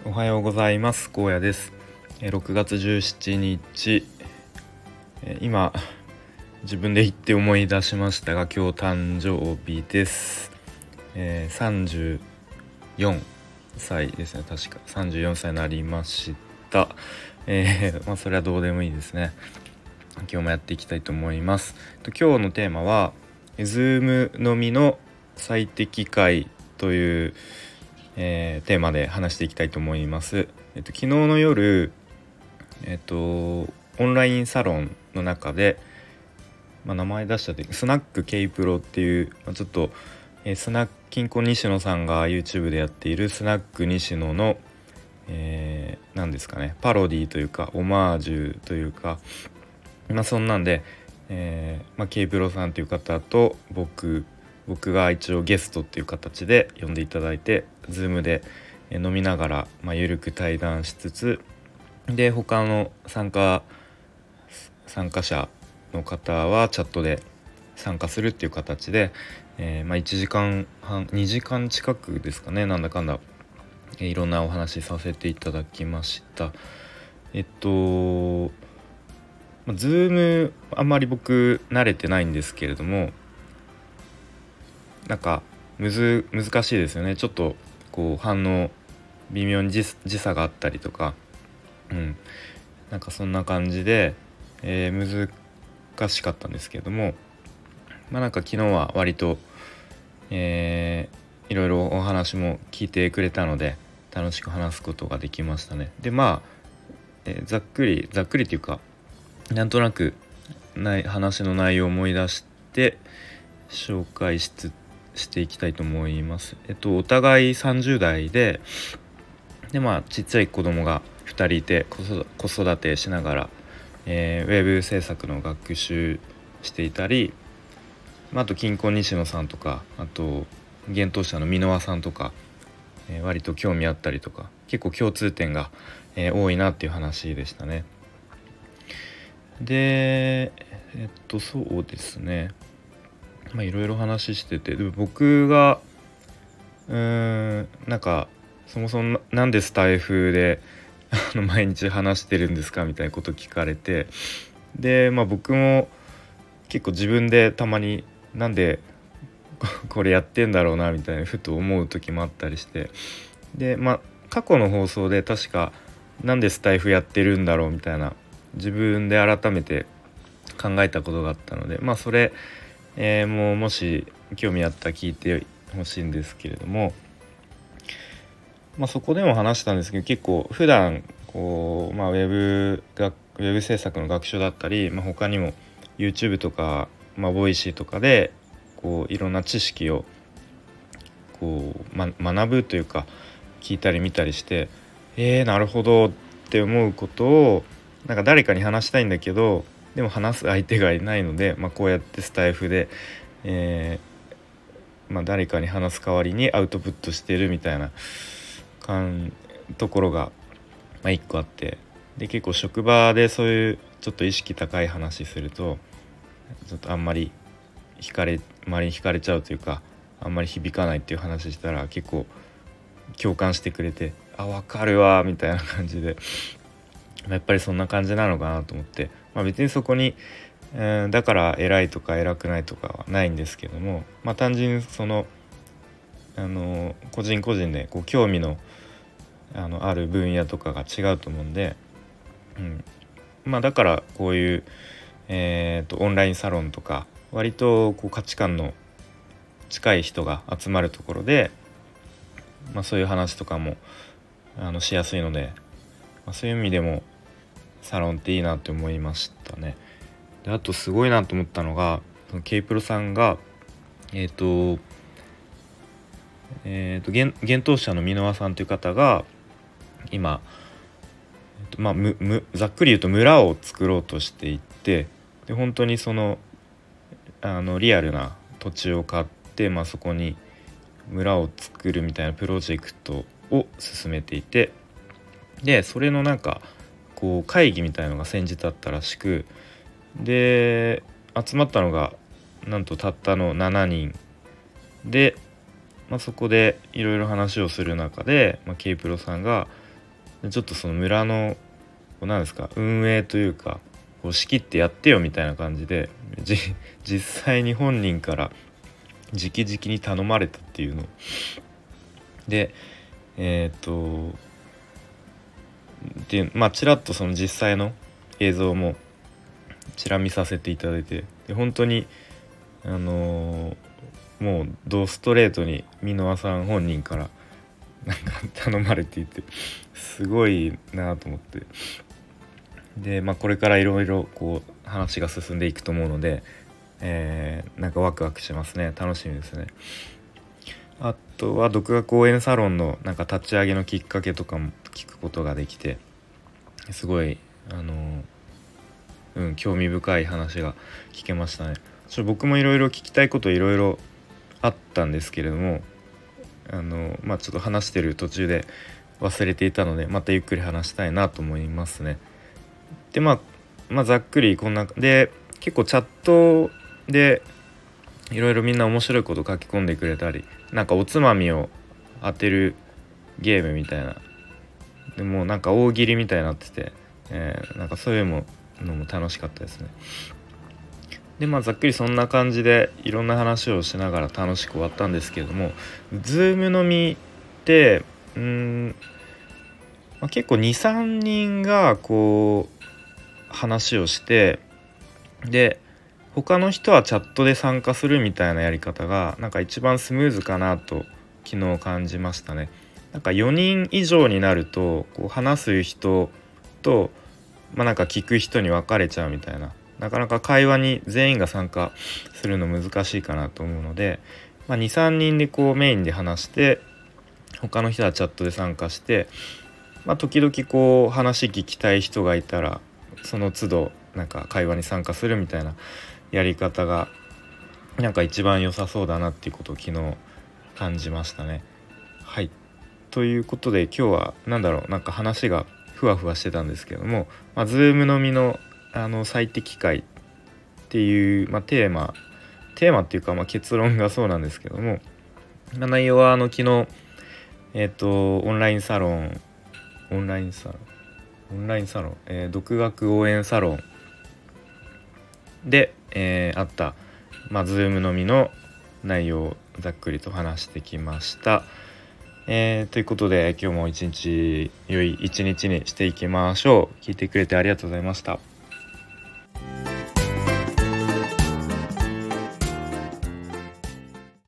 おはようございます。高野です。6月17日、今自分で言って思い出しましたが、今日誕生日です。34歳ですね。確か34歳になりました。それはどうでもいいですね。今日もやっていきたいと思います。今日のテーマは Zoom のみの最適解というテーマで話していきたいと思います。昨日の夜、オンラインサロンの中で、名前出しちゃってスナック K プロっていう、ちょっと、スナック金庫西野さんが YouTube でやっているスナック西野の、何ですかね、パロディというかオマージュというか、そんなんで、K プロさんという方と僕が一応ゲストっていう形で呼んでいただいて Zoom で飲みながら、ゆるく対談しつつで、他の参加者の方はチャットで参加するっていう形で、1時間半2時間近くですかね、なんだかんだ、いろんなお話しさせていただきました。Zoom あんまり僕慣れてないんですけれども、なんか難しいですよね。ちょっとこう反応微妙に時差があったりとか、なんかそんな感じで、難しかったんですけれども、なんか昨日は割と、いろいろお話も聞いてくれたので楽しく話すことができましたね。でざっくりっていうか、なんとなく話の内容を思い出して紹介していきたいと思います。お互い30代でちっちゃい子供が2人いて子育てしながら、ウェブ制作の学習していたり、あと金婚西野さんとか、あと幻冬舎の箕輪さんとか、割と興味あったりとか、結構共通点が、多いなっていう話でしたね。でそうですね、いろいろ話してて、で僕がなんかそもそもなんでスタイフで毎日話してるんですかみたいなこと聞かれて、で僕も結構自分でたまになんでこれやってんだろうなみたいなふと思う時もあったりして、で過去の放送で確かなんでスタイフやってるんだろうみたいな自分で改めて考えたことがあったので、それ、もし興味あったら聞いてほしいんですけれども、そこでも話したんですけど、結構普段こう、ウェブ制作の学習だったり、他にも YouTube とか、ボイシーとかでこういろんな知識をこう、学ぶというか聞いたり見たりして、なるほどって思うことをなんか誰かに話したいんだけど、でも話す相手がいないので、こうやってスタイフで、誰かに話す代わりにアウトプットしてるみたいなところが一個あって、で結構職場でそういうちょっと意識高い話するとちょっとあんまり周りに惹かれちゃうというか、あんまり響かないっていう話したら結構共感してくれて、分かるわみたいな感じで、やっぱりそんな感じなのかなと思って、別にそこに、だから偉いとか偉くないとかはないんですけども、単純にその個人個人でこう興味のある分野とかが違うと思うんで、だからこういう、オンラインサロンとか割とこう価値観の近い人が集まるところで、そういう話とかもしやすいので、そういう意味でもサロンっていいなって思いましたね。であとすごいなと思ったのが、K プロさんが幻冬舎の箕輪さんという方が今、ざっくり言うと村を作ろうとしていて、で本当にそのリアルな土地を買って、そこに村を作るみたいなプロジェクトを進めていて、でそれのなんかこう会議みたいのが先日あったらしく、で集まったのがなんとたったの7人で、そこでいろいろ話をする中で、K プロさんがちょっとその村の何ですか運営というかこう仕切ってやってよみたいな感じで実際に本人から直々に頼まれたっていうのででまあちらっとその実際の映像もちら見させていただいて、で本当にもうドストレートに箕輪さん本人からなんか頼まれていてすごいなと思って、でまあこれからいろいろこう話が進んでいくと思うので、なんかワクワクしますね。楽しみですね。あとは独学応援サロンのなんか立ち上げのきっかけとかも聞くことができて、すごい興味深い話が聞けましたね。僕もいろいろ聞きたいこといろいろあったんですけれども、まあちょっと話してる途中で忘れていたので、またゆっくり話したいなと思いますね。でまあざっくりこんなで、結構チャットでいろいろみんな面白いこと書き込んでくれたり、なんかおつまみを当てるゲームみたいな、でもなんか大喜利みたいになってて、なんかそういうのも楽しかったですね。でまあざっくりそんな感じでいろんな話をしながら楽しく終わったんですけれども、Zoom 飲みって結構 2,3 人がこう話をして、で他の人はチャットで参加するみたいなやり方がなんか一番スムーズかなと昨日感じましたね。なんか4人以上になるとこう話す人と、なんか聞く人に分かれちゃうみたいな、なかなか会話に全員が参加するの難しいかなと思うので、2、3人でこうメインで話して、他の人はチャットで参加して、時々こう話聞きたい人がいたらその都度なんか会話に参加するみたいなやり方がなんか一番良さそうだなっていうことを昨日感じましたね。はい、ということで今日はなんか話がふわふわしてたんですけども、Zoom のみの最適解っていう、テーマっていうか、結論がそうなんですけども、内容は昨日オンラインサロン、独学応援サロンで、あった、Zoom のみの内容をざっくりと話してきました。ということで今日も一日良い一日にしていきましょう。聞いてくれてありがとうございました。